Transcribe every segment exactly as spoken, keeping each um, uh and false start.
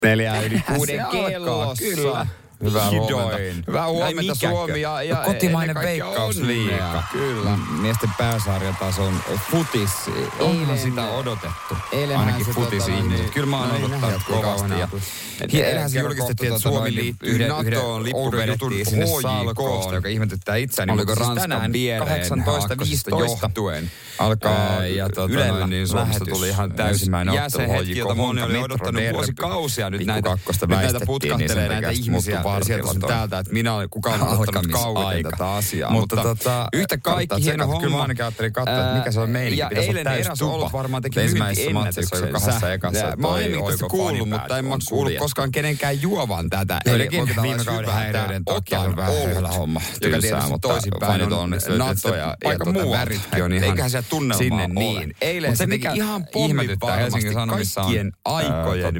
Neljä yli kuuden kellossa. Kyllä. Hyvää Hidoin. huomenta. Hyvää huomenta Suomi ja, ja kotimainen Veikkausliiga. Kyllä. Miesten pääsarjatason futis. Onhan sitä odotettu. Ainakin futis-ihmiset. Kyllä mä oon odottanut kovasti. Eilähän se julkistettiin, että Suomi liittyy NATOon. Lippu vedettiin sinne Salkoon, joka ihmetyttää itseäni. Oliko Ranskan viereen kahdeksantoista viisitoista johtuen alkaa Ylellä niin Suomesta tuli ihan täysimmäinen jäsenhetki, jota moni oli odottanut vuosikausia. Nyt näitä putkahtelee näitä ihmisiä sieltä täältä, että minä olen, kukaan on odottanut kauan tätä asiaa. Mutta, mutta yhtä kaikki hieno homma. Kyllä mä ainakin ajattelin katsoa, että mikä se on meininki. Ja eilen Eräs Olut varmaan teki myyntiennätyksen. Kahdessa ekassa. Mä oon aiemmin tästä kuullut, mutta en mä kuullut koskaan kenenkään juovan tätä. Joillekin viime kauden häiriöiden takia on vähän höylä homma. Tylsää, mutta fanit on onneksi NATO ja aika muu väritkin on ihan eiköhän siellä tunnelmaa niin. Eilen se teki ihan pommin varmasti kaikkien aikojen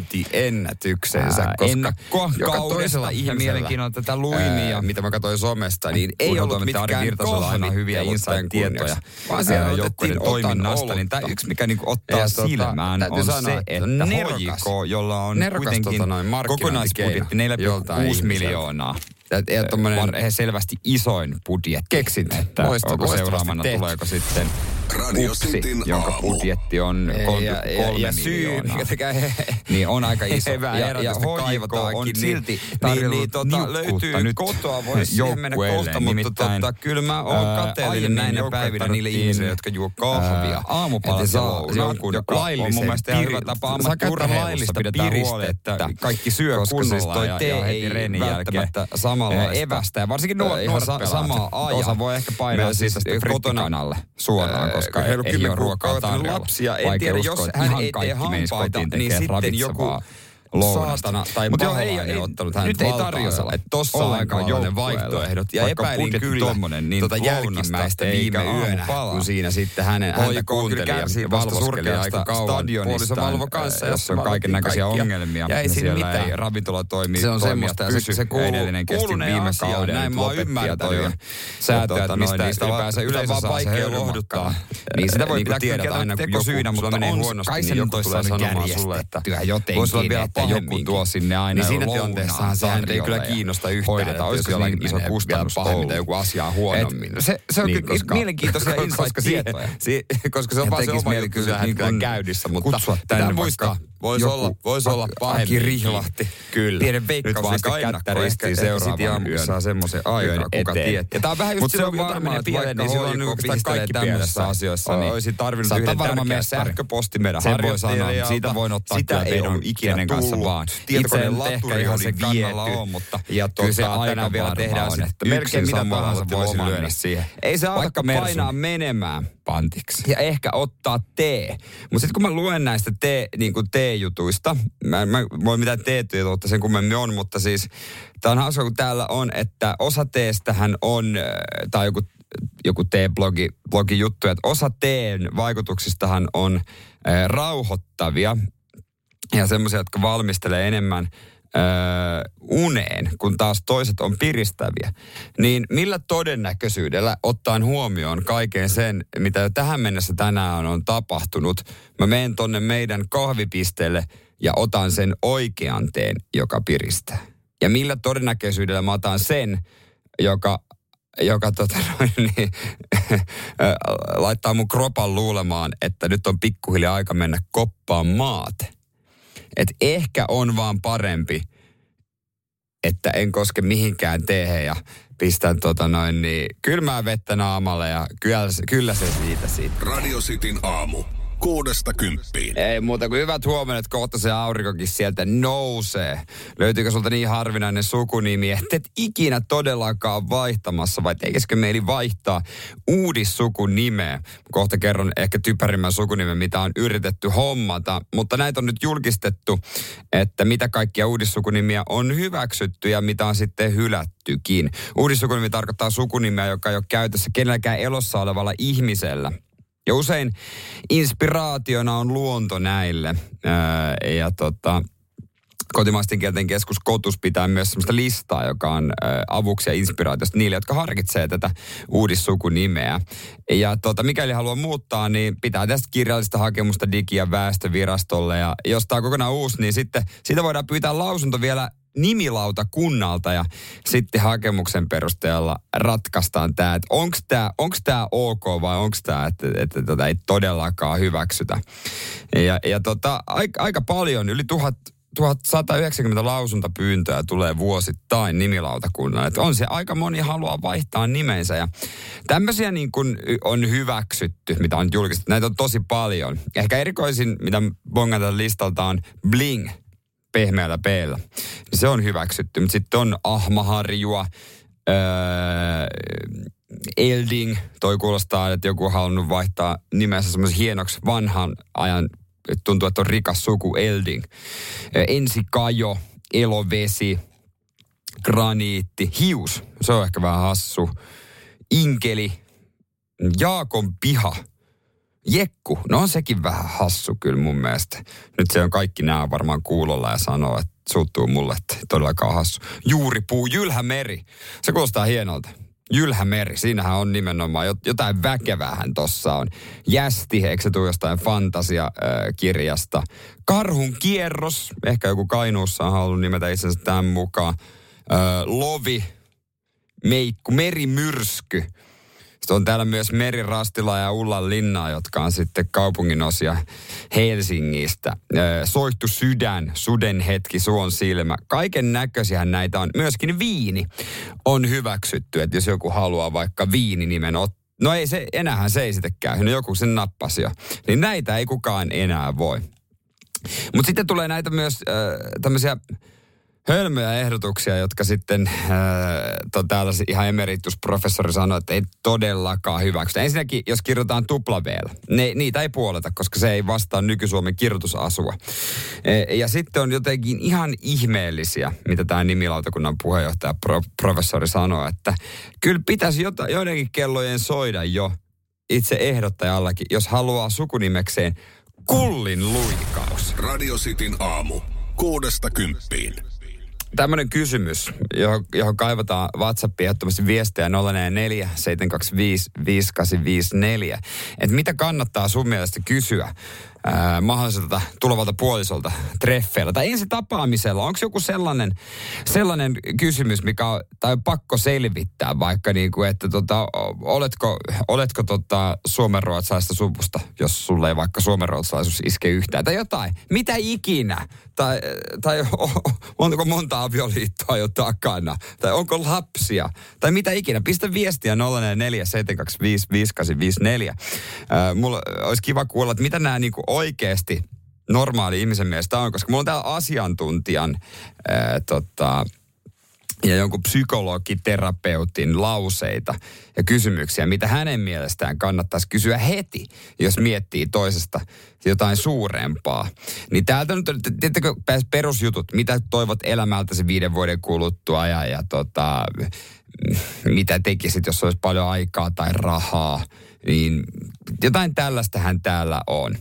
myyntiennätyksensä. Joka toisella ihmisellä. Mielenkiinnolla tätä luin ja mitä mä katsoin somesta, niin ei ollut mitkään aina hyviä insight-tietoja joukkueiden toiminnasta. Niin tämä yksi, mikä niinku ottaa silmään, on se, että H J K, jolla on kuitenkin kokonaisbudjetti neljä pilkku kuusi miljoonaa. Ja tommoinen selvästi isoin budjetti. Keksit. Onko seuraavana, tuleeko sitten Upsi, jonka budjetti on kolmekymmentäkolme miljoonaa. Niin on aika iso. Ja, ja H J K on silti tarjollut niin, tota, löytyy nyt kotoa, voisi siihen mennä kohta, mutta tota, kyllä mä oon kateellinen näinä päivinä niille ihmisille, jotka juo kahvia. Aamupala saa jonkun, joka on mun mielestä ihan hyvä tapa ammattiurheilussa pidetään huoli, että kaikki syö kunnolla ja heti reenin jälkeen samanlaista evästä. Ja varsinkin nuoret pelaat. Samaa ajan. Osa voi ehkä painaa siitä frittikanalle suoraan, koska ei ole ruokaa tarjolla. Lapsia, en tiedä, jos hän ei tee hampaita, niin sitten joku saatana tai paholainen ottanut hänet nyt ei tarjolla, että tossa on aika vaihtoehdot. Ja epäilin kyllä niin tuota jälkimmäistä viime yönä, kun siinä sitten hänen häntä kuunteli ja valvoskeli aika kauan stadionista, jossa on kaiken näköisiä ongelmia. Ja ei siinä mitään. Ei ravintola toimii. Se on semmoista ja se edellinen kesti viime kauden. Näin mä oon ymmärtänyt. Säätöä, että mistä ylipäänsä yleisö saa se lohduttaa. Niin sitä voi pitää tiedä aina, kun joku sulla menee huonosti, niin joku tulee sanomaan sulle, että voisi olla vielä joku tuo sinne aina niin siinä tilanteessahan sehän ei kyllä kiinnosta yhtään, että olisiko jollakin iso kustannus pahemmin joku asiaa huonommin. Se, se on niin, kyllä koska, mielenkiintoisia insight-tietoja. Koska se on vaan se oma juttu siellä hetkellä käynnissä, mutta tänne muistaa. Voisi olla, vois olla pahemmin. Aki Rihlahti. Kyllä. Pienen Veikkaus sitten kättä ristiin seuraavan yön. Saa semmoisen aikaa, kuka tietää. Ja tää on vähän just silloin, kun jotain menee pieleen, niin silloin niin oikeastaan kaikki pielessä asioissa. Niin olisin tarvinnut yhden tärkeän sähköposti meidän harjoittelijalta. Siitä voin ottaa kyllä vedon ikinä kanssa vaan. Itse en ehkä ihan se viety. Mutta ja kyllä se tänään vielä tehdään sitten melkein mitä tahansa voisi lyödä siihen. Ei se auta painaa menemään pantiksi. Ja ehkä ottaa tee. Mutta sitten kun mä luen näistä tee, niin kuin tee-jutuista, mä en mä voi mitään tee-jutuutta sen kummemmin on, mutta siis tää on hauska, kun täällä on, että osa teestähän on, tai joku, joku tee-blogi blogi juttu, että osa teen vaikutuksistahan on äh, rauhoittavia ja semmoisia, jotka valmistelee enemmän Öö, uneen, kun taas toiset on piristäviä, niin millä todennäköisyydellä ottaen huomioon kaiken sen, mitä jo tähän mennessä tänään on tapahtunut, mä menen tonne meidän kahvipisteelle ja otan sen oikean teen, joka piristää. Ja millä todennäköisyydellä mä otan sen, joka, joka tota, niin, laittaa mun kropan luulemaan, että nyt on pikkuhiljaa aika mennä koppaan maate. Että ehkä on vaan parempi, että en koske mihinkään teehen ja pistän tota noin niin kylmää vettä naamalle ja kyllä, kyllä se siitä siitä. Radio Cityn aamu. Kuudesta kymppiin. Ei muuta kuin hyvät huomenet, kohta se aurinkokin sieltä nousee. Löytyykö sulta niin harvinainen sukunimi, että et ikinä todellakaan vaihtamassa, vai teikäskö meili vaihtaa uudissukunimeä? Kohta kerron ehkä typerimmän sukunimen, mitä on yritetty hommata, mutta näitä on nyt julkistettu, että mitä kaikkia uudissukunimiä on hyväksytty ja mitä on sitten hylättykin. Uudissukunimi tarkoittaa sukunimeä, joka ei ole käytössä kenelläkään elossa olevalla ihmisellä. Ja usein inspiraationa on luonto näille. Ää, ja tota, Kotimaisten kielten keskus Kotus pitää myös sellaista listaa, joka on ä, avuksi ja inspiraatiosta niille, jotka harkitsee tätä uudissukunimeä. Ja tota, mikäli haluaa muuttaa, niin pitää tästä kirjallista hakemusta Digi- ja väestövirastolle. Ja jos tämä on kokonaan uusi, niin sitten siitä voidaan pyytää lausunto vielä nimilautakunnalta ja sitten hakemuksen perusteella ratkaistaan tämä, että onko tämä onko tämä ok vai onko tämä, että, että tätä ei todellakaan hyväksytä. Ja, ja tota, aika, aika paljon, yli tuhat tuhatsata yhdeksänkymmentä lausuntopyyntöä tulee vuosittain nimilautakunnalle. Että on se aika moni haluaa vaihtaa nimensä ja tämmöisiä niin kuin on hyväksytty, mitä on julkistettu. Näitä on tosi paljon. Ehkä erikoisin, mitä bongata listalta on Bling pehmeällä P:llä. Se on hyväksytty, mutta sitten on Ahmaharjua, öö, Elding. Toi kuulostaa, että joku on halunnut vaihtaa nimensä semmoisen hienoksi vanhan ajan. Tuntuu, että on rikas suku Elding. Ensikajo, Elovesi, Graniitti, Hius. Se on ehkä vähän hassu. Inkeli, Jaakon piha, Jekku. No on sekin vähän hassu kyllä mun mielestä. Nyt se on kaikki nämä varmaan kuulolla ja sanoo, että suuttuu mulle, että todellakaan hassu. Juuripuu, Jylhämeri. Se kuulostaa hienolta. Jylhämeri, siinähän on nimenomaan jotain väkeväähän tossa on. Jästi, eikö se tule jostain fantasiakirjasta? Karhun kierros, ehkä joku Kainuussa on halunnut nimetä itsensä tämän mukaan. Öö, Lovi, Meikku, Merimyrsky. Sitten on täällä myös Merirastila ja Ullan linnaa, jotka on sitten kaupungin osia Helsingistä. Soihtu sydän, suden hetki, suon silmä. Kaiken näköisiähän näitä on. Myöskin viini on hyväksytty, että jos joku haluaa vaikka viininimen ottaa. No ei se, enäähän se ei sitten käy. No joku sen nappasi jo. Niin näitä ei kukaan enää voi. Mutta sitten tulee näitä myös äh, tämmöisiä hölmöjä ehdotuksia, jotka sitten äh, to, täällä ihan emeritusprofessori sanoi, että ei todellakaan hyväksytä. Ensinnäkin, jos kirjoitetaan tupla V:llä, ne, niitä ei puoleta, koska se ei vastaa nyky-Suomen kirjoitusasua. E, ja sitten on jotenkin ihan ihmeellisiä, mitä tämä nimilautakunnan puheenjohtaja pro, professori sanoi, että kyllä pitäisi jota, joidenkin kellojen soida jo itse ehdottajallakin, jos haluaa sukunimekseen Kullin luikaus. Radio Cityn aamu. Kuudesta kymppiin. Tämmöinen kysymys, johon, johon kaivataan WhatsAppiin ehdottomasti viestejä nolla neljä neljä seitsemän kaksi viisi viisi kahdeksan viisi neljä. Että mitä kannattaa sun mielestä kysyä ää, mahdolliselta tulevalta puolisolta treffeillä tai ensi tapaamisella? Onko joku sellainen, sellainen kysymys, mikä on, tai on pakko selvittää vaikka niin kuin, että tota, oletko, oletko tota suomenruotsalaista suvusta, jos sulle ei vaikka suomenruotsalaisuus iske yhtään tai jotain. Mitä ikinä? Tai, tai onko monta avioliittoa jo takana? Tai onko lapsia? Tai mitä ikinä? Pistä viestiä nolla neljä neljä seitsemän kaksi viisi viisi kahdeksan viisi neljä. Äh, mulla olisi kiva kuulla, että mitä nämä niinku oikeasti normaali ihmisen mielestä on, koska mulla on täällä asiantuntijan äh, tota, ja jonkun psykologiterapeutin lauseita ja kysymyksiä, mitä hänen mielestään kannattaisi kysyä heti, jos miettii toisesta jotain suurempaa. Niin täältä nyt, tiedättekö, perusjutut, mitä toivot elämältäsi viiden vuoden kuluttua ja, ja tota, mitä tekisit, jos olisi paljon aikaa tai rahaa, niin jotain tällaistähän täällä on.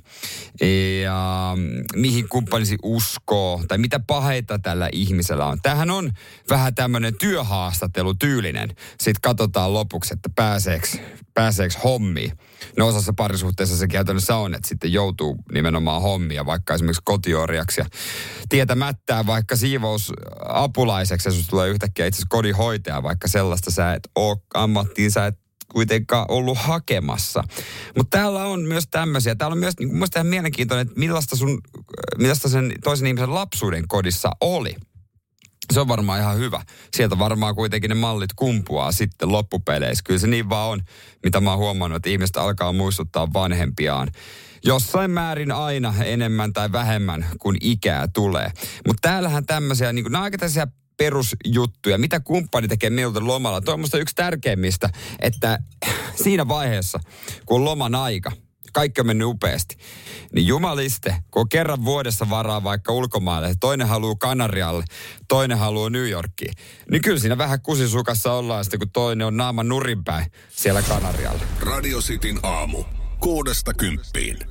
Ja mihin kumppanisi uskoo, tai mitä paheita tällä ihmisellä on. Tämähän on vähän tämmöinen työhaastattelutyylinen. Sitten katsotaan lopuksi, että pääseekö, pääseekö hommiin. No osassa parisuhteessa se käytännössä on, että sitten joutuu nimenomaan hommia, vaikka esimerkiksi kotiorjaksi ja tietämättään vaikka siivousapulaiseksi, ja susta tulee yhtäkkiä itse asiassa kodinhoitaja, vaikka sellaista sä et ole ammattiin, sä et kuitenkaan ollut hakemassa. Mutta täällä on myös tämmöisiä. Täällä on myös niin mun mielestä ihan mielenkiintoinen, että millaista, sun, millaista sen toisen ihmisen lapsuuden kodissa oli. Se on varmaan ihan hyvä. Sieltä varmaan kuitenkin ne mallit kumpuaa sitten loppupeleissä. Kyllä se niin vaan on, mitä mä oon huomannut, että ihmiset alkaa muistuttaa vanhempiaan. Jossain määrin aina enemmän tai vähemmän, kun ikää tulee. Mutta täällähän tämmöisiä, niin kuin, nämä on aika tämmöisiä perusjuttuja. Mitä kumppani tekee miltä lomalla? Tuo on musta yksi tärkeimmistä, että siinä vaiheessa, kun on loman aika, kaikki on mennyt upeasti, niin jumaliste, kun on kerran vuodessa varaa vaikka ulkomaille, toinen haluaa Kanarialle, toinen haluaa New Yorkiin, niin kyllä siinä vähän kusisukassa ollaan sitten, kun toinen on naama nurinpäin siellä Kanarialla. Radio Cityn aamu. Kuudesta kymppiin.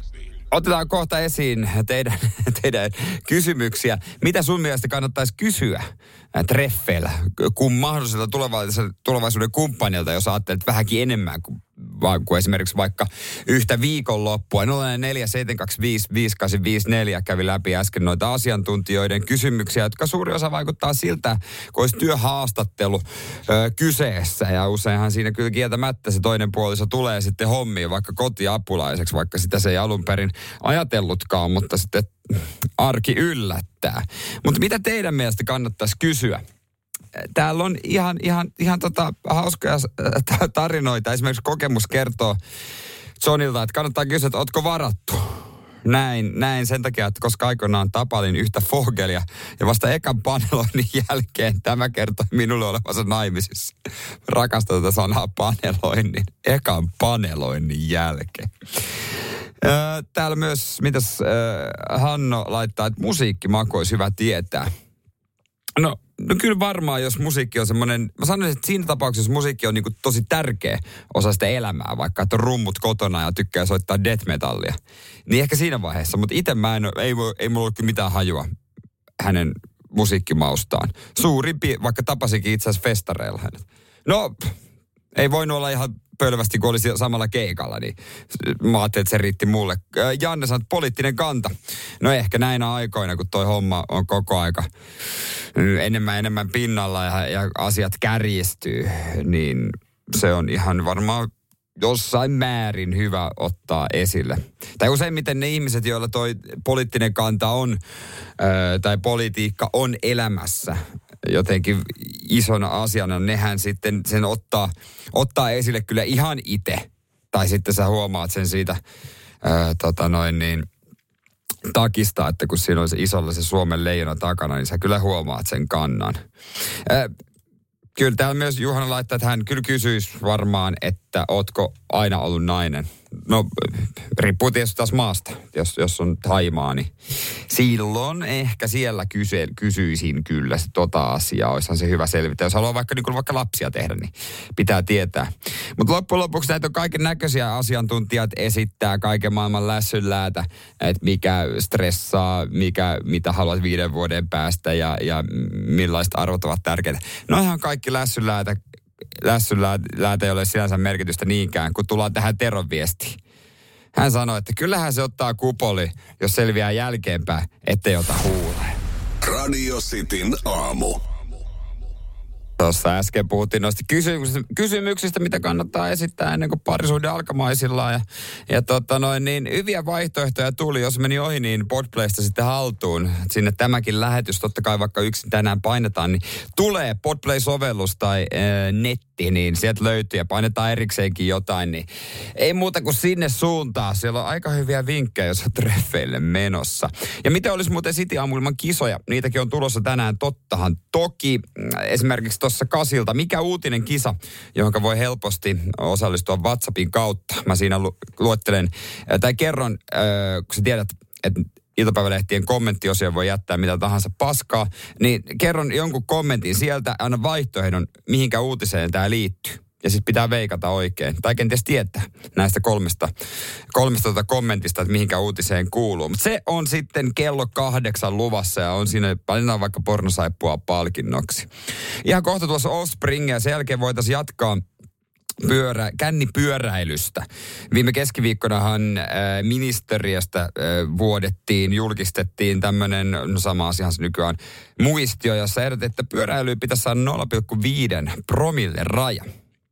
Otetaan kohta esiin teidän, teidän kysymyksiä. Mitä sun mielestä kannattaisi kysyä treffeillä, kun mahdolliselta tulevaisuuden kumppanilta, jos ajattelet vähänkin enemmän kuin, kuin esimerkiksi vaikka yhtä viikonloppua. nolla neljä seitsemän kaksi viisi viisi kahdeksan viisi neljä kävi läpi äsken noita asiantuntijoiden kysymyksiä, jotka suuri osa vaikuttaa siltä, kun olisi työhaastattelu ö, kyseessä. Ja useinhan siinä kyllä kieltämättä se toinen puoliso tulee sitten hommiin vaikka kotiapulaiseksi, vaikka sitä se ei alun perin ajatellutkaan, mutta sitten arki yllättää. Mutta mitä teidän mielestä kannattaisi kysyä? Täällä on ihan, ihan, ihan tota hauskoja tarinoita. Esimerkiksi kokemus kertoo Johnilta, että kannattaa kysyä, että ootko varattu? Näin, näin sen takia, että koska aikoinaan tapailin yhtä fogelia ja vasta ekan paneloinnin jälkeen tämä kertoi minulle olevansa naimisissa. Rakastan tätä sanaa paneloinnin. Ekan paneloinnin jälkeen. Täällä myös, mitäs Hanno laittaa, että musiikkimaku olisi hyvä tietää. No, no kyllä varmaan, jos musiikki on semmoinen, mä sanoisin, että siinä tapauksessa musiikki on niinku tosi tärkeä osa sitä elämää, vaikka että on rummut kotona ja tykkää soittaa death metallia. Niin ehkä siinä vaiheessa, mutta itse mä en, ei, ei mulla ole mitään hajua hänen musiikkimaustaan. Suurimpi, vaikka tapasikin itse asiassa festareilla hänet. No, ei voinut olla ihan pölvästi, kun oli samalla keikalla, niin mä ajattelin, että se riitti mulle. Janne sanoi, että poliittinen kanta. No ehkä näinä aikoina, kun toi homma on koko aika enemmän enemmän pinnalla ja, ja asiat kärjistyy, niin se on ihan varmaan jossain määrin hyvä ottaa esille. Tai useimmiten ne ihmiset, joilla toi poliittinen kanta on, ö, tai politiikka on elämässä jotenkin isona asiana, nehän sitten sen ottaa, ottaa esille kyllä ihan itse. Tai sitten sä huomaat sen siitä ö, tota noin niin, takista, että kun siinä on se isolla se Suomen leijona takana, niin sä kyllä huomaat sen kannan. Ö, Kyllä täällä myös Juhana laittaa, että hän kyllä kysyisi varmaan, että ootko aina ollut nainen. No, riippuu tietysti taas maasta. Jos, jos on Thaimaa, niin silloin ehkä siellä kyse, kysyisin kyllä se tota asiaa. Olisihan se hyvä selvitä. Jos haluaa vaikka, niin kuin vaikka lapsia tehdä, niin pitää tietää. Mutta loppujen lopuksi näitä on kaiken näköisiä asiantuntijat esittää kaiken maailman lässynläätä, että mikä stressaa, mikä, mitä haluat viiden vuoden päästä ja, ja millaiset arvot ovat tärkeitä. No ihan kaikki lässynläätä. Lässynläätä ei ole sinänsä merkitystä niinkään, kun tullaan tähän Teron viestiin. Hän sanoi, että kyllähän se ottaa kupoli, jos selviää jälkeenpäin, ettei ota huuleen. Radio Cityn aamu. Tuossa äsken puhuttiin noista kysymyksistä, kysymyksistä, mitä kannattaa esittää ennen kuin parisuuden alkamaisillaan. Ja, ja tota noin, niin hyviä vaihtoehtoja tuli. Jos meni ohi, niin Podplaysta sitten haltuun. Sinne tämäkin lähetys, totta kai vaikka yksin tänään painetaan, niin tulee Podplay-sovellus tai äh, netti, niin sieltä löytyy ja painetaan erikseenkin jotain. Niin ei muuta kuin sinne suuntaan. Siellä on aika hyviä vinkkejä, jos on treffeille menossa. Ja mitä olisi muuten City aamuilman kisoja? Niitäkin on tulossa tänään, tottahan toki. Esimerkiksi tuossa Kasilta. Mikä uutinen kisa, johon voi helposti osallistua WhatsAppin kautta? Mä siinä lu- luettelen, tai kerron, äh, kun sä tiedät, että iltapäivälehtien kommenttiosioon voi jättää mitä tahansa paskaa, niin kerron jonkun kommentin sieltä, anna vaihtoehdon, mihinkä uutiseen tämä liittyy. Ja sitten pitää veikata oikein. Tai kenties tietää näistä kolmesta, kolmesta tuota kommentista, että mihinkä uutiseen kuuluu. Mutta se on sitten kello kahdeksan luvassa ja on siinä, painetaan vaikka pornosaippua palkinnoksi. Ihan kohta tuossa Offspring ja sen jälkeen voitaisiin jatkaa pyörä, kännipyöräilystä. Viime keskiviikkonahan äh, ministeriöstä äh, vuodettiin, julkistettiin tämmöinen, no sama asiahan se nykyään, muistio, jossa ehdotettiin, että pyöräilyä pitäisi saada nolla pilkku viisi promille raja.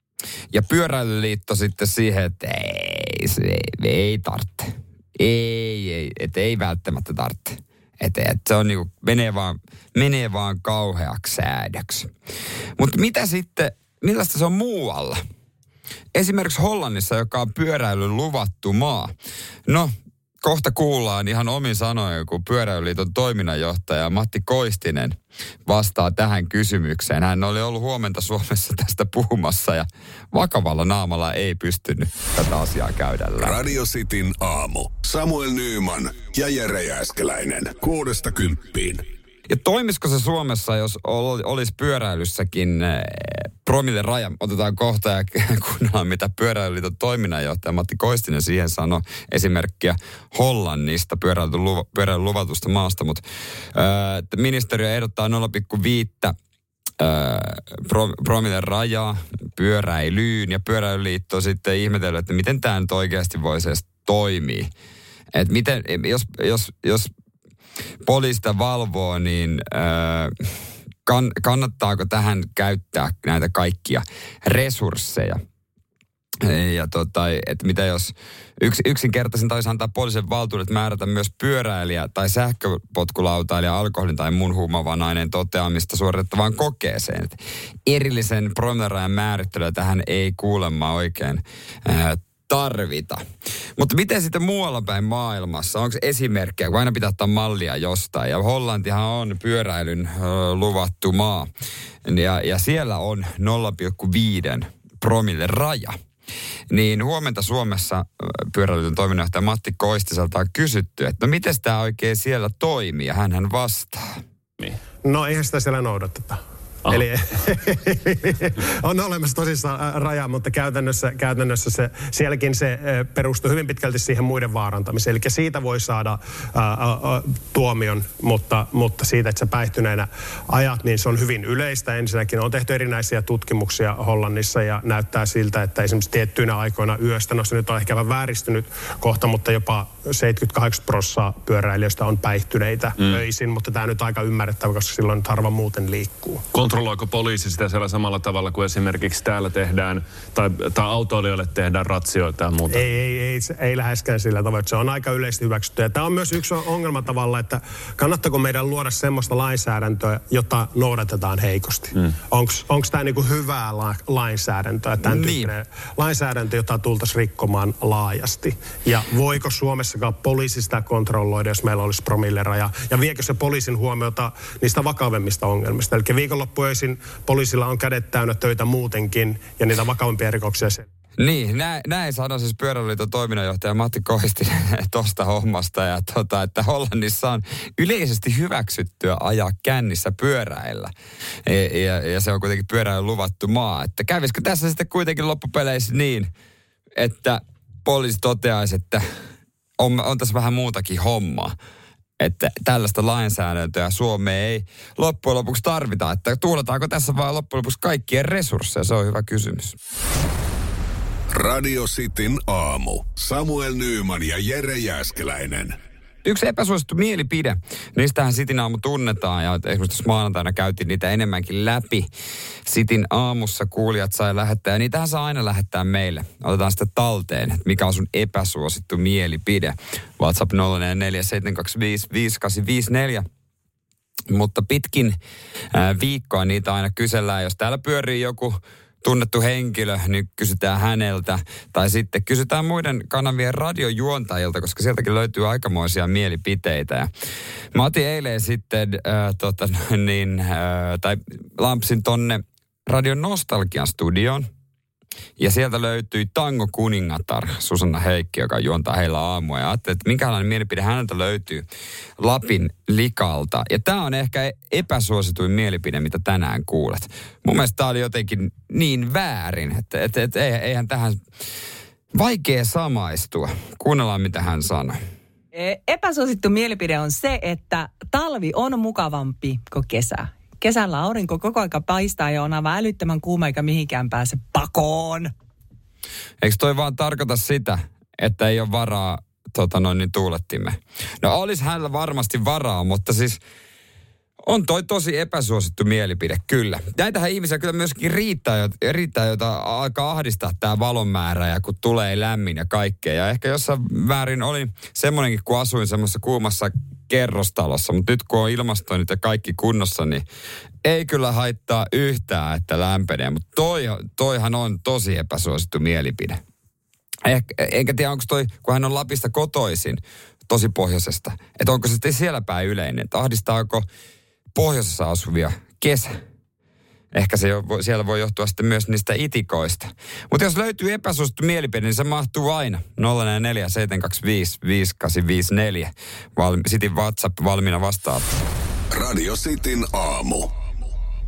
Ja pyöräilyliitto sitten siihen, että ei, se ei, ei tarvitse. Ei, ei, että ei välttämättä tarvitse. Että et se on niinku, menee vaan, menee vaan kauheaksi säädöksi. Mutta mitä sitten, millaista se on muualla? Esimerkiksi Hollannissa, joka on pyöräilyn luvattu maa. No, kohta kuullaan ihan omin sanoin, kun Pyöräilyliiton toiminnanjohtaja Matti Koistinen vastaa tähän kysymykseen. Hän oli ollut huomenta Suomessa tästä puhumassa ja vakavalla naamalla ei pystynyt tätä asiaa käydä läpi. Radio Cityn aamu. Samuel Nyyman ja Jere Jääskeläinen. Kuudesta kymppiin. Ja toimisiko se Suomessa, jos olisi pyöräilyssäkin promille raja. Otetaan kohta ja kuunnellaan, mitä Pyöräilyliiton toiminnanjohtaja Matti Koistinen siihen sanoi. Esimerkkiä Hollannista pyöräilyn luvatusta maasta, mutta äh, ministeriö ehdottaa nolla pilkku viisi äh, pro, promille rajaa pyöräilyyn, ja Pyöräilyliitto sitten ihmetellyt, että miten tämä nyt oikeasti voisi edes toimia. Että miten, jos, jos, jos poliisita valvoo, niin äh, kann, kannattaako tähän käyttää näitä kaikkia resursseja? Ja tota, että mitä jos yks, yksinkertaisen taisi antaa poliisille valtuudet määrätä myös pyöräilijä tai sähköpotkulautailija alkoholin tai muun huumaavan aineen toteamista suoritettavaan kokeeseen. Et erillisen promillerajan määrittelyä tähän ei kuulemma oikein ää, tarvita. Mutta miten sitten muualla päin maailmassa? Onko esimerkkejä, kun aina pitää ottaa mallia jostain? Ja Hollantihan on pyöräilyn ö, luvattu maa. Ja, ja siellä on nolla pilkku viisi promille raja. Niin huomenta Suomessa Pyöräilyliiton toiminnanjohtaja Matti Koistiselta on kysytty, että no miten tämä oikein siellä toimii, ja hänhän vastaa. No eihän sitä siellä noudateta. Aha. Eli on olemassa tosissaan raja, mutta käytännössä, käytännössä se, sielläkin se perustuu hyvin pitkälti siihen muiden vaarantamiseen. Eli siitä voi saada ää, ää, tuomion, mutta, mutta siitä, että sä päihtyneenä ajat, niin se on hyvin yleistä. Ensinnäkin on tehty erinäisiä tutkimuksia Hollannissa ja näyttää siltä, että esimerkiksi tiettyinä aikoina yöstä, no se nyt on ehkä vähän vääristynyt kohta, mutta jopa seitsemänkymmentäkahdeksan prosenttia pyöräilijöistä on päihtyneitä mm. öisin, mutta tämä nyt aika ymmärrettävä, koska silloin harva muuten liikkuu. Kontrolloiko poliisi sitä siellä samalla tavalla kuin esimerkiksi täällä tehdään, tai, tai autoilijoille tehdään ratsioita ja muuta? Ei, ei, ei, ei läheskään sillä tavalla, että se on aika yleisesti hyväksytty. Ja tämä on myös yksi ongelma tavalla, että kannattaako meidän luoda semmoista lainsäädäntöä, jota noudatetaan heikosti? Mm. Onko tämä niinku hyvää la, lainsäädäntöä, tämän niin. tyyppinen lainsäädäntö, jota tultaisiin rikkomaan laajasti? Ja voiko Suomessakaan poliisi sitä kontrolloida, jos meillä olisi promilleraja? Ja viekö se poliisin huomiota niistä vakavemmista ongelmista? Eli viikonloppuisin poliisilla on kädet täynnä töitä muutenkin ja niitä vakavampia rikoksia siellä. Niin, näin, näin sanoi siis Pyöräilyliiton toiminnanjohtaja Matti Koistinen tuosta hommasta. Ja tota, että Hollannissa on yleisesti hyväksyttyä ajaa kännissä pyöräillä. Ja, ja, ja se on kuitenkin pyöräilyn luvattu maa. Että kävisikö tässä sitten kuitenkin loppupeleissä niin, että poliisi toteaisi, että on, on tässä vähän muutakin hommaa. Että tällaista lainsäädäntöä Suomeen ei loppujen lopuksi tarvita. Että tuhlataanko tässä vaan loppujen lopuksi kaikkien resursseja? Se on hyvä kysymys. Radio Cityn aamu. Samuel Nyyman ja Jere Jääskeläinen. Yksi epäsuosittu mielipide. Niistähän Cityn aamu tunnetaan, ja esimerkiksi maanantaina käytiin niitä enemmänkin läpi. Cityn aamussa kuulijat sai lähettää, ja niitähän saa aina lähettää meille. Otetaan sitä talteen, että mikä on sun epäsuosittu mielipide. WhatsApp nolla neljä seitsemän kaksi viisi viisi kahdeksan viisi neljä. Mutta pitkin äh, viikkoa niitä aina kysellään, jos täällä pyörii joku tunnettu henkilö, niin kysytään häneltä. Tai sitten kysytään muiden kanavien radiojuontajilta, koska sieltäkin löytyy aikamoisia mielipiteitä. Ja mä otin eilen sitten, äh, tota, niin, äh, tai lampsin tonne Radion Nostalgian studioon. Ja sieltä löytyi Tango Kuningatar, Susanna Heikki, joka juontaa heillä aamua. Ja ajattelin, että minkälainen mielipide häneltä löytyy Lapin likalta. Ja tämä on ehkä epäsuosituin mielipide, mitä tänään kuulet. Mun mielestä tämä oli jotenkin niin väärin, että, että, että eihän tähän vaikea samaistua. Kuunnellaan, mitä hän sanoi. Epäsuosittu mielipide on se, että talvi on mukavampi kuin kesä. Kesällä aurinko koko aika paistaa ja on aivan älyttömän kuuma eikä mihinkään pääse pakoon. Eikö toi vaan tarkoita sitä, että ei ole varaa tota noin niin tuulettimme? No olisi hänellä varmasti varaa, mutta siis on toi tosi epäsuosittu mielipide, kyllä. Näitähän ihmisiä kyllä myöskin riittää, riittää jota alkaa ahdistaa tämä valon määrä ja kun tulee lämmin ja kaikkea. Ja ehkä jossain väärin oli semmoinenkin, kun asuin semmoisessa kuumassa kerrostalossa, mutta nyt kun on ilmastoinnit ja kaikki kunnossa, niin ei kyllä haittaa yhtään, että lämpenee. Mutta toi, toihan on tosi epäsuosittu mielipide. Eh, enkä tiedä, onko toi, kun hän on Lapista kotoisin, tosi pohjoisesta, että onko se sitten siellä päin yleinen, että ahdistaako pohjoisessa asuvia kesä. Ehkä se jo, siellä voi johtua sitten myös niistä itikoista. Mutta jos löytyy epäsuosittu mielipide, niin se mahtuu aina. nolla neljä seitsemän kaksi viisi viisi kahdeksan viisi neljä. Val- Cityn WhatsApp valmiina vastaan. Radio Cityn aamu.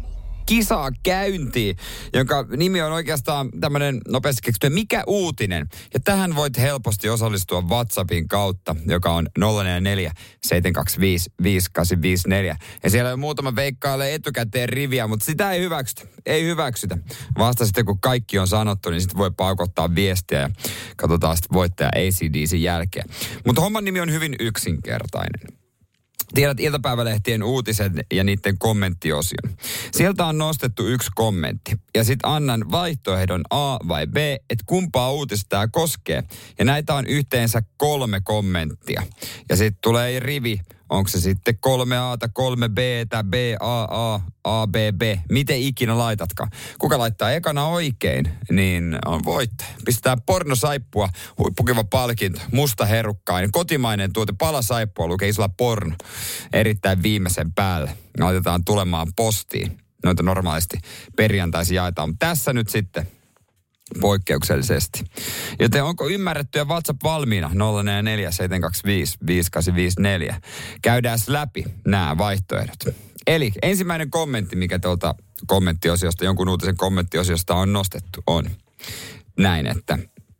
kisaa käyntiin, jonka nimi on oikeastaan tämmöinen nopeasti keksitty, mikä uutinen. Ja tähän voit helposti osallistua WhatsAppin kautta, joka on nolla neljä neljä seitsemän kaksi viisi viisi kahdeksan viisi neljä. Ja siellä on muutama veikkaille etukäteen riviä, mutta sitä ei hyväksytä. Ei hyväksytä. Vasta sitten kun kaikki on sanottu, niin sitten voi paukottaa viestiä ja katsotaan sitten voittaja A C D C:n jälkeen. Mutta homman nimi on hyvin yksinkertainen. Tiedät iltapäivälehtien uutiset ja niiden kommenttiosion. Sieltä on nostettu yksi kommentti. Ja sitten annan vaihtoehdon A vai B, että kumpaa uutista tämä koskee. Ja näitä on yhteensä kolme kommenttia. Ja sitten tulee rivi. Onko se sitten kolme A:ta, kolme B:tä, B, A, A, A, B, B. Miten ikinä laitatkaan. Kuka laittaa ekana oikein, niin on voittaja. Pistetään pornosaippua, huippukiva palkinto, musta herukkainen, kotimainen tuote, palasaippua, lukee isolla porno. Erittäin viimeisen päälle. Laitetaan tulemaan postiin. Noita normaalisti perjantaisin jaetaan. Mutta tässä nyt sitten poikkeuksellisesti. Joten onko ymmärretty ja WhatsApp valmiina? nolla neljä neljä seitsemän kaksi viisi viisi kahdeksan viisi neljä. Käydään läpi nämä vaihtoehdot. Eli ensimmäinen kommentti, mikä tuolta kommenttiosiosta, jonkun uutisen kommenttiosiosta on nostettu, on näin, että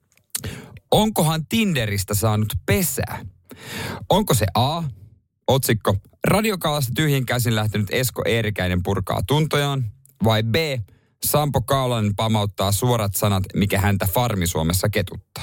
onkohan Tinderistä saanut pesää? Onko se A, otsikko, radiokaalasta tyhjin käsin lähtenyt Esko Eerikäinen purkaa tuntojaan, vai B, Sampo Kaulanen pamauttaa suorat sanat, mikä häntä Farmi-Suomessa ketuttaa.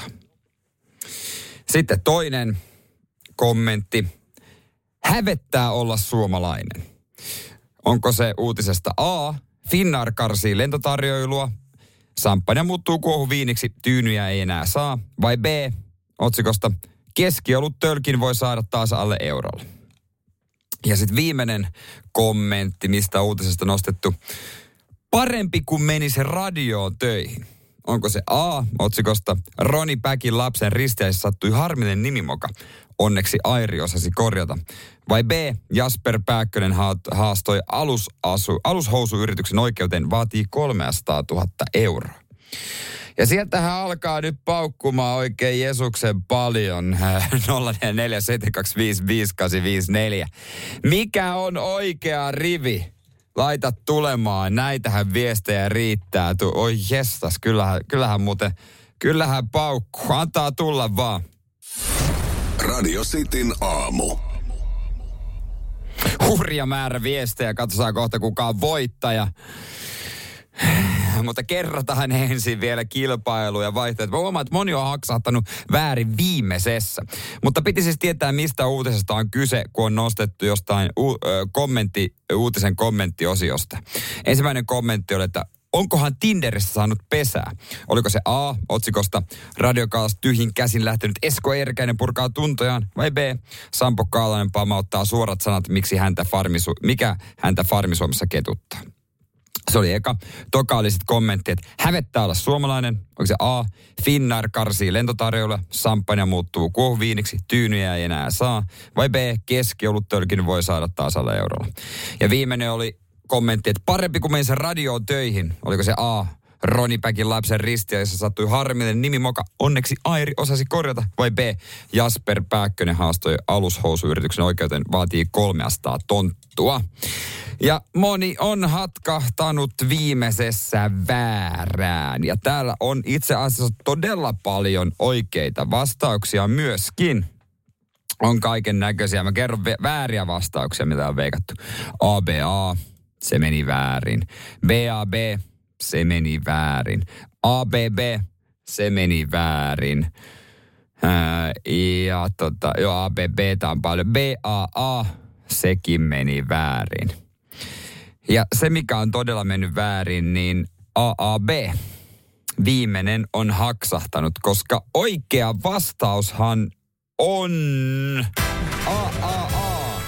Sitten toinen kommentti. Hävettää olla suomalainen. Onko se uutisesta A, Finnair karsii lentotarjoilua, samppania muuttuu kuohuviiniksi, tyynyjä ei enää saa, vai B, otsikosta, keskiolut tölkin voi saada taas alle eurolla. Ja sitten viimeinen kommentti, mistä uutisesta nostettu, parempi kuin menisi radioon töihin. Onko se A, otsikosta, Roni Päkin lapsen ristiäisessä sattui harminen nimimoka. Onneksi Airi osasi korjata. Vai B, Jasper Pääkkönen haastoi alusasu, alushousuyrityksen oikeuteen, vaatii kolmesataatuhatta euroa. Ja sieltähän alkaa nyt paukkumaan oikein Jesuksen paljon. nolla neljä seitsemän kaksi viisi viisi kahdeksan viisi neljä. Mikä on oikea rivi? Laita tulemaan. Näitähän viestejä riittää. Oi jestas, kyllähän, kyllähän muuten, kyllähän paukku. Antaa tulla vaan. Radio Cityn aamu. Hurja määrä viestejä. Katsotaan kohta kuka on voittaja. Mutta kerrotaan ensin vielä kilpailu ja vaihtoehto. Mä huomaan, että moni on haksahtanut väärin viimeisessä. Mutta piti siis tietää, mistä uutisesta on kyse, kun on nostettu jostain u- kommentti, uutisen kommenttiosiosta. Ensimmäinen kommentti oli, että onkohan Tinderissä saanut pesää? Oliko se A, otsikosta, radiokaalasta tyhjin käsin lähtenyt Esko Eerikäinen purkaa tuntojaan, vai B, Sampo Kaalainen pamauttaa suorat sanat, miksi häntä farmisu- mikä häntä Farmi-Suomessa ketuttaa? Se oli eka. Toka oli sitten kommentti, että hävettää olla suomalainen. Onko se A, Finnair karsii lentotarjoilla, samppania muuttuu kuohuviiniksi, tyynyjä ei enää saa. Vai B, keskiolut tölkin voi saada taas alle eurolla. Ja viimeinen oli kommentti, että parempi kuin menisi radioon töihin. Oliko se A, Roni Päkin lapsen ristiä, jossa sattui harmillinen nimimoka. Onneksi Airi osasi korjata. Vai B, Jasper Pääkkönen haastoi alushousuyrityksen oikeuteen, vaatii kolmesataa tonttua. Ja moni on hatkahtanut viimeisessä väärään. Ja täällä on itse asiassa todella paljon oikeita vastauksia myöskin. On kaiken näköisiä. Mä kerron ve- vääriä vastauksia, mitä on veikattu. A B A, se meni väärin. B A B, se meni väärin. A B B, se meni väärin. Ää, ja tota, joo, A B B on paljon. B A A, sekin meni väärin. Ja se, mikä on todella mennyt väärin, niin A A B, viimeinen on haksahtanut, koska oikea vastaushan on A A A.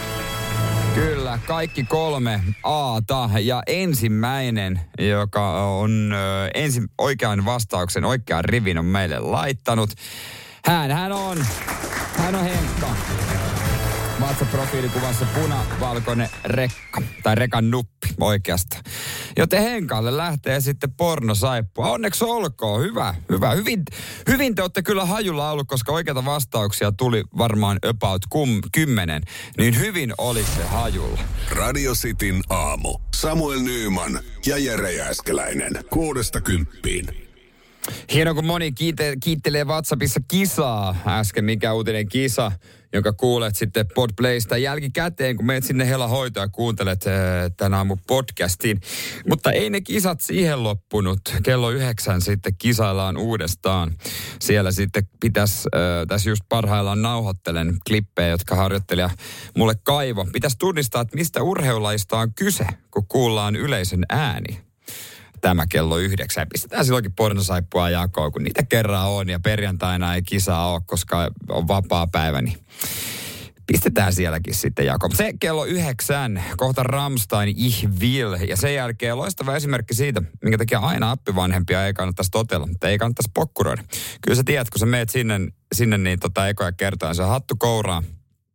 Kyllä, kaikki kolme A:ta. Ja ensimmäinen, joka on ö, ensin oikean vastauksen, oikean rivin on meille laittanut. Hän, hän on, hän on Henkka. WhatsApp-profiilikuvassa punavalkoinen rekka, tai rekan nuppi oikeasta. Joten Henkalle lähtee sitten pornosaippua. Onneksi olkoon, hyvä, hyvä. Hyvin, hyvin te olette kyllä hajulla ollut, koska oikeita vastauksia tuli varmaan about kum, kymmenen. Niin hyvin olitte hajulla. Radio Cityn aamu. Samuel Nyyman ja Jere Jääskeläinen. Kuudesta kymppiin. Hienoa, kun moni kiite- kiittelee WhatsAppissa kisaa. Äsken mikä uutinen kisa, jonka kuulet sitten Podplaysta jälkikäteen, kun meet sinne Hela hoitoa ja kuuntelet äh, tänä aamun podcastiin. Mutta ei ne kisat siihen loppunut. Kello yhdeksän sitten kisaillaan uudestaan. Siellä sitten pitäisi, äh, tässä just parhaillaan nauhoittelen klippejä, jotka harjoittelija mulle kaivo. Pitäisi tunnistaa, että mistä urheilulajista on kyse, kun kuullaan yleisön ääni. Tämä kello yhdeksän. Pistetään silloinkin pornosaippua jakoon, kun niitä kerran on ja perjantaina ei kisaa ole, koska on vapaa päivä, niin pistetään sielläkin sitten jakoon. Se kello yhdeksän, kohta Rammstein, Ich will, ja sen jälkeen loistava esimerkki siitä, minkä takia aina appivanhempia ei kannattaisi totella, mutta ei kannattaisi pokkuroida. Kyllä sä tiedät, kun sä meet sinne, sinne niin tota ekoja kertaa, se hattu kouraa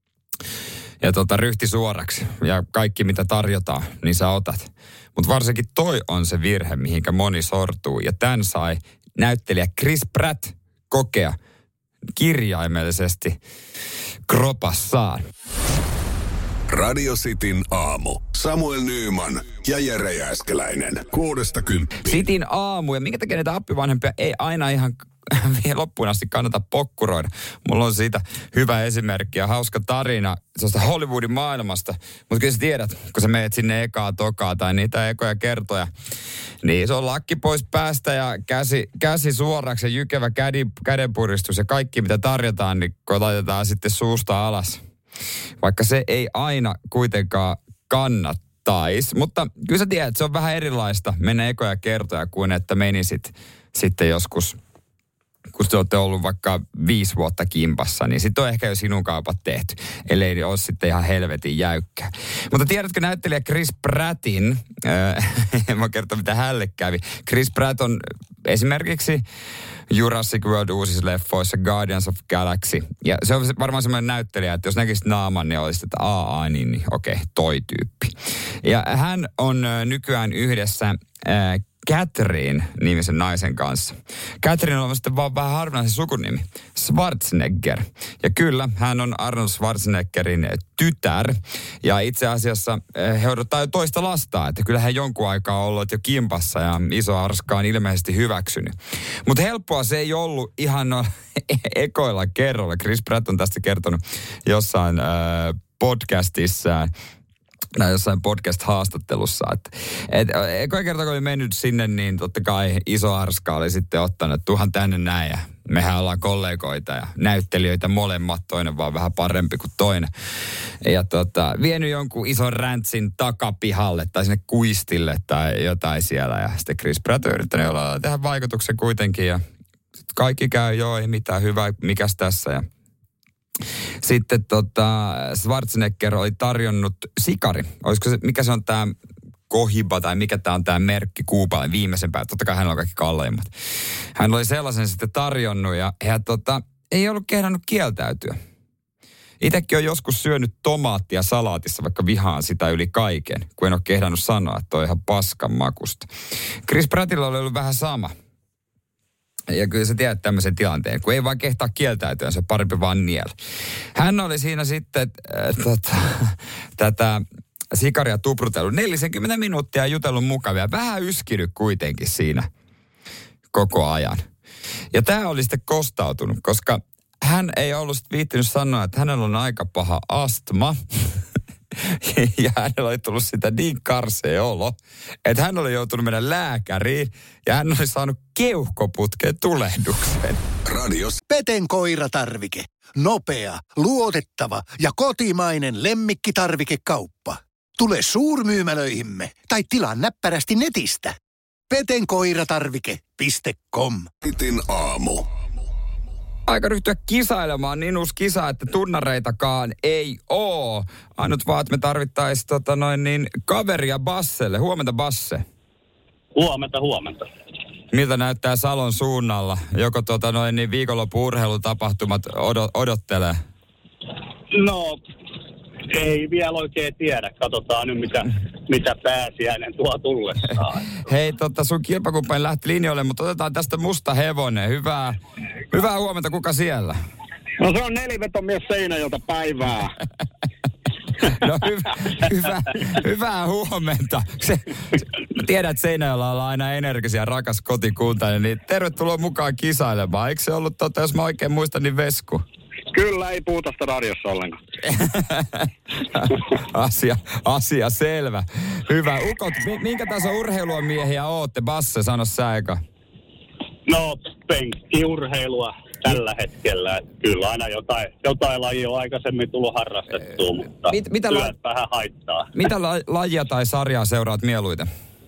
ja tota ryhti suoraksi ja kaikki mitä tarjotaan, niin sä otat. Mutta varsinkin toi on se virhe, mihinkä moni sortuu. Ja tän sai näyttelijä Chris Pratt kokea kirjaimellisesti kropassaan. Radio Cityn aamu. Samuel Nyyman ja Jere Jääskeläinen. Kuudesta kymppiin. Cityn aamu. Ja minkä takia näitä appivanhempia ei aina ihan loppuun asti kannata pokkuroida. Mulla on siitä hyvä esimerkki ja hauska tarina tuosta Hollywoodin maailmasta. Mutta kyllä sä tiedät, kun sä meet sinne ekaa tokaa tai niitä ekoja kertoja, niin se on lakki pois päästä ja käsi, käsi suoraksi ja jykevä käden, kädenpuristus ja kaikki mitä tarjotaan, niin laitetaan sitten suusta alas. Vaikka se ei aina kuitenkaan kannattaisi. Mutta kyllä sä tiedät, että se on vähän erilaista mennä ekoja kertoja kuin että menisit sitten joskus, kun te olette ollut vaikka viisi vuotta kimpassa, niin sitten on ehkä jo sinun kaupat tehty, ellei ole sitten ihan helvetin jäykkää. Mutta tiedätkö näyttelijä Chris Prattin, äh, en mä kertoa mitä hälle kävi. Chris Pratt on esimerkiksi Jurassic World uusissa leffoissa, Guardians of Galaxy. Ja se on varmaan semmoinen näyttelijä, että jos näkisit naaman, niin olisi, että aa, niin, niin okei, okay, toi tyyppi. Ja hän on äh, nykyään yhdessä äh, Catherine-nimisen naisen kanssa. Catherine on sitten vaan vähän harvinaisen sukunimi. Schwarzenegger. Ja kyllä, hän on Arnold Schwarzeneggerin tytär. Ja itse asiassa he odottaa jo toista lastaa. Että kyllä hän jonkun aikaa on ollut jo kimpassa ja iso arska on ilmeisesti hyväksynyt. Mutta helppoa se ei ollut ihan no, ekoilla kerralla. Chris Pratt on tästä kertonut jossain äh, podcastissaan. Tai jossain podcast-haastattelussa. Että et, ekoja kerta, kun oli mennyt sinne, niin totta kai iso arska oli sitten ottanut, että tuhan tänne näin. Ja mehän ollaan kollegoita ja näyttelijöitä molemmat, toinen vaan vähän parempi kuin toinen. Ja tota, vienyt jonkun ison räntsin takapihalle tai sinne kuistille tai jotain siellä. Ja sitten Chris Pratt on yrittänyt olla, tehdä vaikutuksen kuitenkin. Ja kaikki käy, joo, ei mitään hyvää, mikäs tässä. Ja sitten tota, Schwarzenegger oli tarjonnut sikari. Olisiko se, mikä se on tämä Cohiba tai mikä tämä on tämä merkki Kuuballe viimeisen päälle. Totta kai hänellä on kaikki kalleimmat. Hän oli sellaisen sitten tarjonnut ja, ja tota, ei ollut kehdannut kieltäytyä. Itsekin on joskus syönyt tomaattia salaatissa, vaikka vihaan sitä yli kaiken, kun en ole kehdannut sanoa, että on ihan paskan makusta. Chris Prattilla oli ollut vähän sama. Ja kyllä sä tiedät tämmöisen tilanteen, kun ei vaan kehtaa kieltäytyä, se on parempi vaan niellä. Hän oli siinä sitten äh, tota, tätä sikaria tuprutellut neljäkymmentä minuuttia jutellut mukavia. Vähän yskinyt kuitenkin siinä koko ajan. Ja tämä oli sitten kostautunut, koska hän ei ollut sitten viittinyt sanoa, että hänellä on aika paha astma. Ja hänellä oli tullut sitä niin karsea olo, että hän oli joutunut mennä lääkäriin ja hän oli saanut keuhkoputkeen tulehduksen. Radios. Peten koiratarvike. Nopea, luotettava ja kotimainen lemmikkitarvikekauppa. Tule suurmyymälöihimme tai tilaa näppärästi netistä. peten koiratarvike piste com. Cityn aamu. Aika ryhtyä kisailemaan, niin uusi kisa, että tunnareitakaan ei oo. Ainut vaan, että me tarvittaisiin tota noin niin kaveria Basselle. Huomenta Basse. Huomenta, huomenta. Miltä näyttää Salon suunnalla? Joko tota noin niin viikonlopun urheilutapahtumat odot- odottelee? No, ei vielä oikein tiedä. Katsotaan nyt, mitä, mitä pääsiäinen tuo tullessaan. Hei, tota, sun kilpakumppani lähti linjoille, mutta otetaan tästä musta hevonen. Hyvää, hyvää huomenta, kuka siellä? No se on nelivetomies Seinäjältä päivää. No hyvä, hyvä, hyvää huomenta. Se, tiedät, että Seinäjoella ollaan aina energisia, rakas kotikuntainen, niin tervetuloa mukaan kisailemaan. Eikö se ollut, tota, jos mä oikein muistan, niin Vesku? Kyllä, ei puhuta sitä radiossa ollenkaan. asia, asia selvä. Hyvä. Ukot, minkä tason urheilua miehiä ootte? Basse, sano sä eka. No, penkkiurheilua tällä hetkellä. Kyllä aina jotain, jotain lajia on aikaisemmin tullut harrastettua, mutta Mit, mitä työt la- vähän haittaa. Mitä la- lajia tai sarjaa seuraat mieluiten?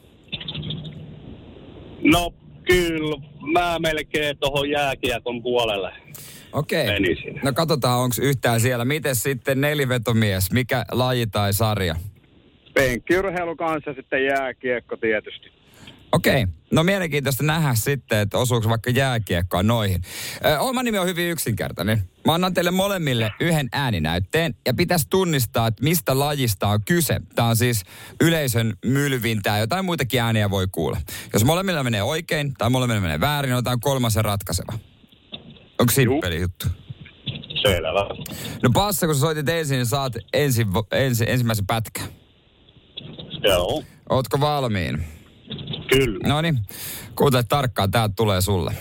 No, kyllä. Mä melkein tuohon jääkiekon puolelle. Okei. Menisin. No katsotaan, onko yhtään siellä. Miten sitten nelivetomies? Mikä laji tai sarja? Penkkiurheilu kanssa sitten jääkiekko tietysti. Okei. No mielenkiintoista nähdä sitten, että osuuko vaikka jääkiekkoa noihin. Ö, oma nimi on hyvin yksinkertainen. Mä annan teille molemmille yhden ääninäytteen ja pitäisi tunnistaa, että mistä lajista on kyse. Tää on siis yleisön mylvintää, jotain muitakin ääniä voi kuulla. Jos molemmilla menee oikein tai molemmilla menee väärin, otetaan kolmasen ratkaiseva. Onko simppeli juttu? Selvä. No Passa, kun sä soitit ensin, niin saat ensin, ensin, ensimmäisen pätkän. Joo. Ootko valmiin? Kyllä. No niin, kuuntele tarkkaan, täältä tulee sulle.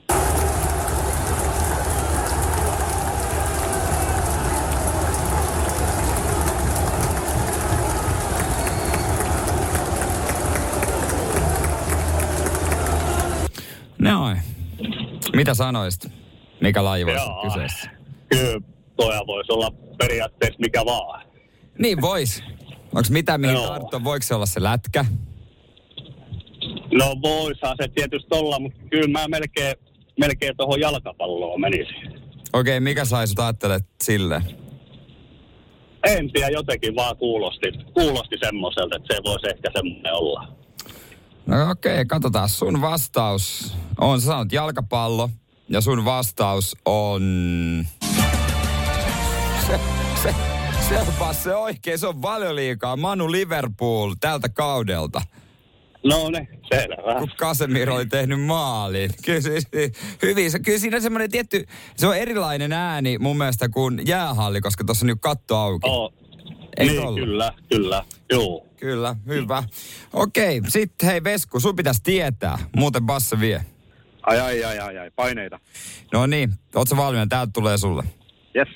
Noin. Mitä sanoisit? Mikä laji voisi olla kyseessä? Kyllä, toja voisi olla periaatteessa mikä vaan. Niin vois. Onko mitä mihin tarttua? Voiko se olla se lätkä? No voisaa se tietysti olla, mutta kyllä mä melkein, melkein tuohon jalkapalloon menisin. Okei, okay, mikä sai sut ajattelet silleen? En tiedä, jotenkin vaan kuulosti, kuulosti semmoiselta, että se voisi ehkä semmoinen olla. No okei, okay, katsotaan. Sun vastaus on, sä sanot jalkapallo, ja sun vastaus on... Se, se, se on se oikein, se on Valioliigaa. Manu Liverpool tältä kaudelta. No ne, selvä. Kun Casemiro oli tehnyt maalin. Kyllä, hyvin. Kyllä siinä on semmoinen tietty, se on erilainen ääni mun mielestä kuin jäähalli, koska tuossa on nyt katto auki. Oh. Niin, ollut? kyllä, kyllä, joo. Kyllä, hyvä. Okei, sitten hei Vesku, sun pitäisi tietää, muuten Basse vie. Ai, ai, ai, ai, ai, paineita. No niin, oot sä valmiina? Täältä tulee sulle. Yes.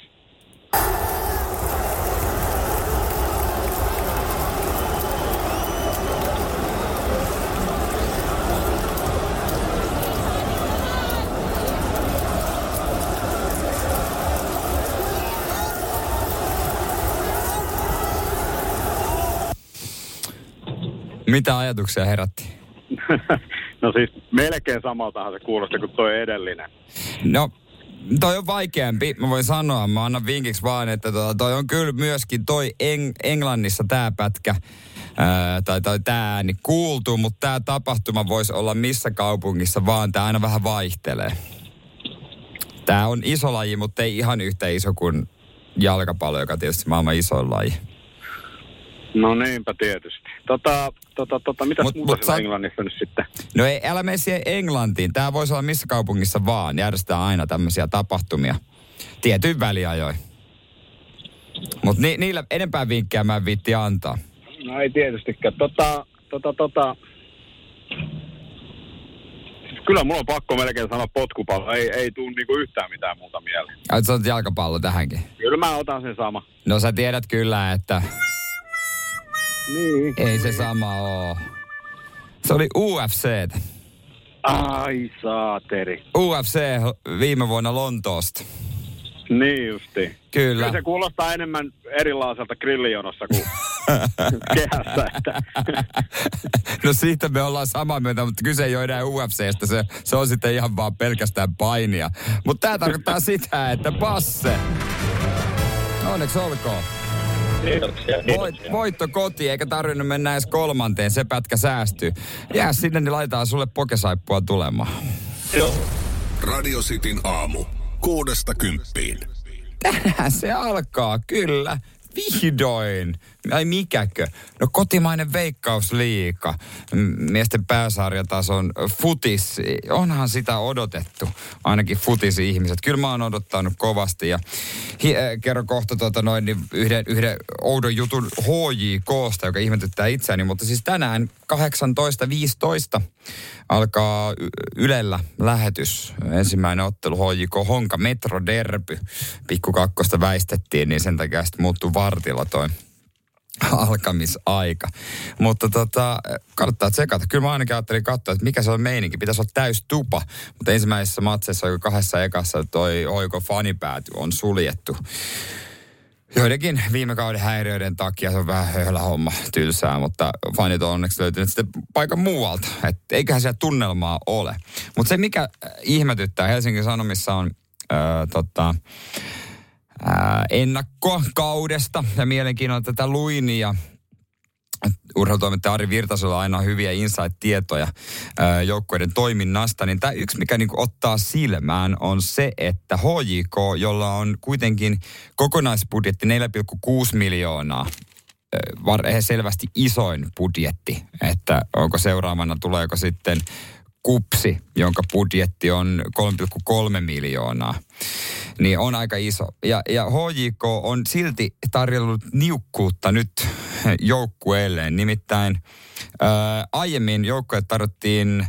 Mitä ajatuksia herätti? No siis melkein samaltahan se kuulosti kuin toi edellinen. No, toi on vaikeampi, mä voin sanoa. Mä annan vinkiksi vaan, että toi, toi on kyllä myöskin toi Eng- Englannissa tää pätkä, ää, tai, tai tää ääni kuultu, mutta tää tapahtuma voisi olla missä kaupungissa vaan, tää aina vähän vaihtelee. Tää on iso laji, mutta ei ihan yhtä iso kuin jalkapallo, joka tietysti maailman isoin laji. No niinpä tietysti. Tota, tota, tota, mitäs mut, muuta mut siellä Englannissa nyt sitten? No ei, älä mene siihen Englantiin. Tää voisi olla missä kaupungissa vaan. Järjestetään aina tämmöisiä tapahtumia. Tietyin väliajoin. Mutta ni, niillä enempää vinkkejä mä en viitti antaa. No ei tietystikään. Tota, tota, tota... Kyllä mulla on pakko melkein sanoa potkupallo. Ei, ei tuu niinku yhtään mitään muuta mieleen. Ai sä otat jalkapallo tähänkin? Kyllä mä otan sen sama. No sä tiedät kyllä, että... Niin. Ei se sama oo. Se oli U F C:tä. Ai saateri. U F C viime vuonna Lontoosta. Niin justi. Kyllä. Kyllä se kuulostaa enemmän erilaiselta grillijonossa kuin kehässä. Että. No siitä me ollaan samaa mieltä, mutta kyse ei ole enää U F C:stä. Se, se on sitten ihan vaan pelkästään painia. Mutta tää tarkoittaa sitä, että Basse. Onneksi olkoon. Kiitoksia, Voit, voitto koti, eikä tarvinnut mennä edes kolmanteen, se pätkä säästyy. Jää sinne, niin laitetaan sulle pokesaippua tulemaan. Joo. Radio Cityn aamu. Kuudesta kymppiin. Tänään se alkaa, kyllä. Vihdoin. Ai mikäkö? No kotimainen Veikkausliiga. Miesten pääsarjatason futis. Onhan sitä odotettu. Ainakin futis-ihmiset. Kyllä mä oon odottanut kovasti. Ja hi- kerron kohta tuota noin, niin yhden, yhden oudon jutun H J K:sta, joka ihmetyttää itseäni. Mutta siis tänään kahdeksantoista viisitoista alkaa Ylellä lähetys. Ensimmäinen ottelu H J K Honka Metro Derby. Pikku kakkosta väistettiin, niin sen takia sitten muuttui vartilla toi alkamisaika. Mutta tota, kannattaa tsekata. Kyllä mä ainakin ajattelin katsoa, että mikä se on meininki. Pitäisi olla täys tupa. Mutta ensimmäisessä matseissa, kahdessa ekassa, toi H J K fanipääty on suljettu. Joidenkin viime kauden häiriöiden takia se on vähän höhlä homma, tylsää, mutta fanit on onneksi löytynyt sitten paikan muualta. Että eiköhän siellä tunnelmaa ole. Mutta se, mikä ihmetyttää Helsingin Sanomissa on ää, tota, ää, ennakkoa kaudesta ja mielenkiinnolla tätä luin ja urheilutoimittaja Ari Virtasella on aina hyviä insight-tietoja ää, joukkueiden toiminnasta, niin tämä yksi, mikä niinku ottaa silmään, on se, että H J K, jolla on kuitenkin kokonaisbudjetti neljä pilkku kuusi miljoonaa, var, selvästi isoin budjetti, että onko seuraavana, tuleeko sitten Kupsi, jonka budjetti on kolme pilkku kolme miljoonaa, niin on aika iso. Ja, ja H J K on silti tarjollut niukkuutta nyt joukkueelleen. Nimittäin ää, aiemmin joukkueet tarjottiin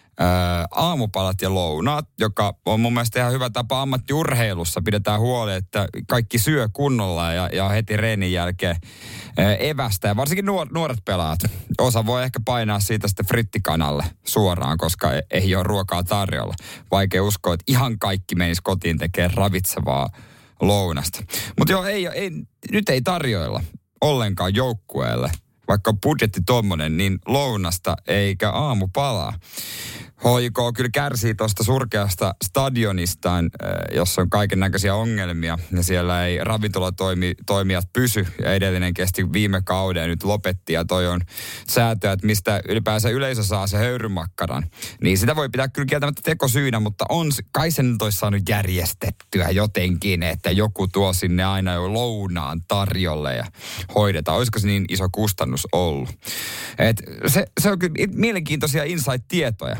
ää, aamupalat ja lounaat, joka on mun mielestä ihan hyvä tapa ammattiurheilussa. Pidetään huoli, että kaikki syö kunnolla ja, ja heti reenin jälkeen ää, evästä. Ja varsinkin nuor, nuoret pelaat. Osa voi ehkä painaa siitä sitten frittikanalle suoraan, koska ei, ei ole ruokaa tarjolla. Vaikea uskoa, että ihan kaikki menisi kotiin tekemään ravitsevaa lounasta. Mutta joo, ei, ei, nyt ei tarjoilla ollenkaan joukkueelle, vaikka on budjetti tommonen, niin lounasta eikä aamupalaa. H J K kyllä kärsii tuosta surkeasta stadionistaan, jossa on kaiken näköisiä ongelmia. Ja siellä ei ravintolatoimijat pysy. Ja edellinen kesti viime kauden ja nyt lopetti. Ja toi on säätöä, että mistä ylipäänsä yleisö saa se höyrymakkaran. Niin sitä voi pitää kyllä kieltämättä tekosyynä, mutta on kai sen nyt olisi saanut järjestettyä jotenkin, että joku tuo sinne aina jo lounaan tarjolle ja hoidetaan. Olisiko se niin iso kustannus ollut? Et se, se on kyllä mielenkiintoisia insight-tietoja.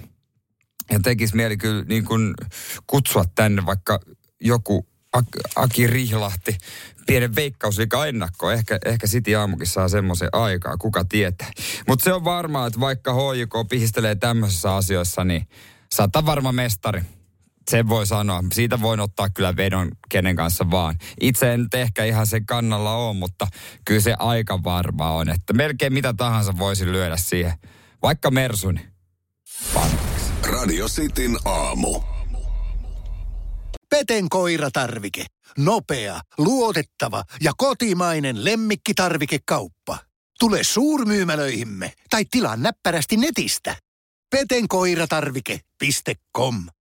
Ja tekisi mieli kyllä niin kuin kutsua tänne vaikka joku Aki Rihlahti, pienen Veikkausliigan ennakkoon. Ehkä, ehkä City Aamukin saa semmoisen aikaa, kuka tietää. Mutta se on varmaa, että vaikka H J K pihistelee tämmöisissä asioissa, niin saattaa varma mestari. Sen voi sanoa. Siitä voin ottaa kyllä vedon kenen kanssa vaan. Itse en nyt ehkä ihan sen kannalla ole, mutta kyllä se aika varmaa on, että melkein mitä tahansa voisi lyödä siihen. Vaikka Mersuni. Pannaksi. Radio Cityn aamu. Peten koiratarvike. Nopea, luotettava ja kotimainen lemmikkitarvikekauppa. Tule suurmyymälöihimme tai tilaa näppärästi netistä. peten koiratarvike piste com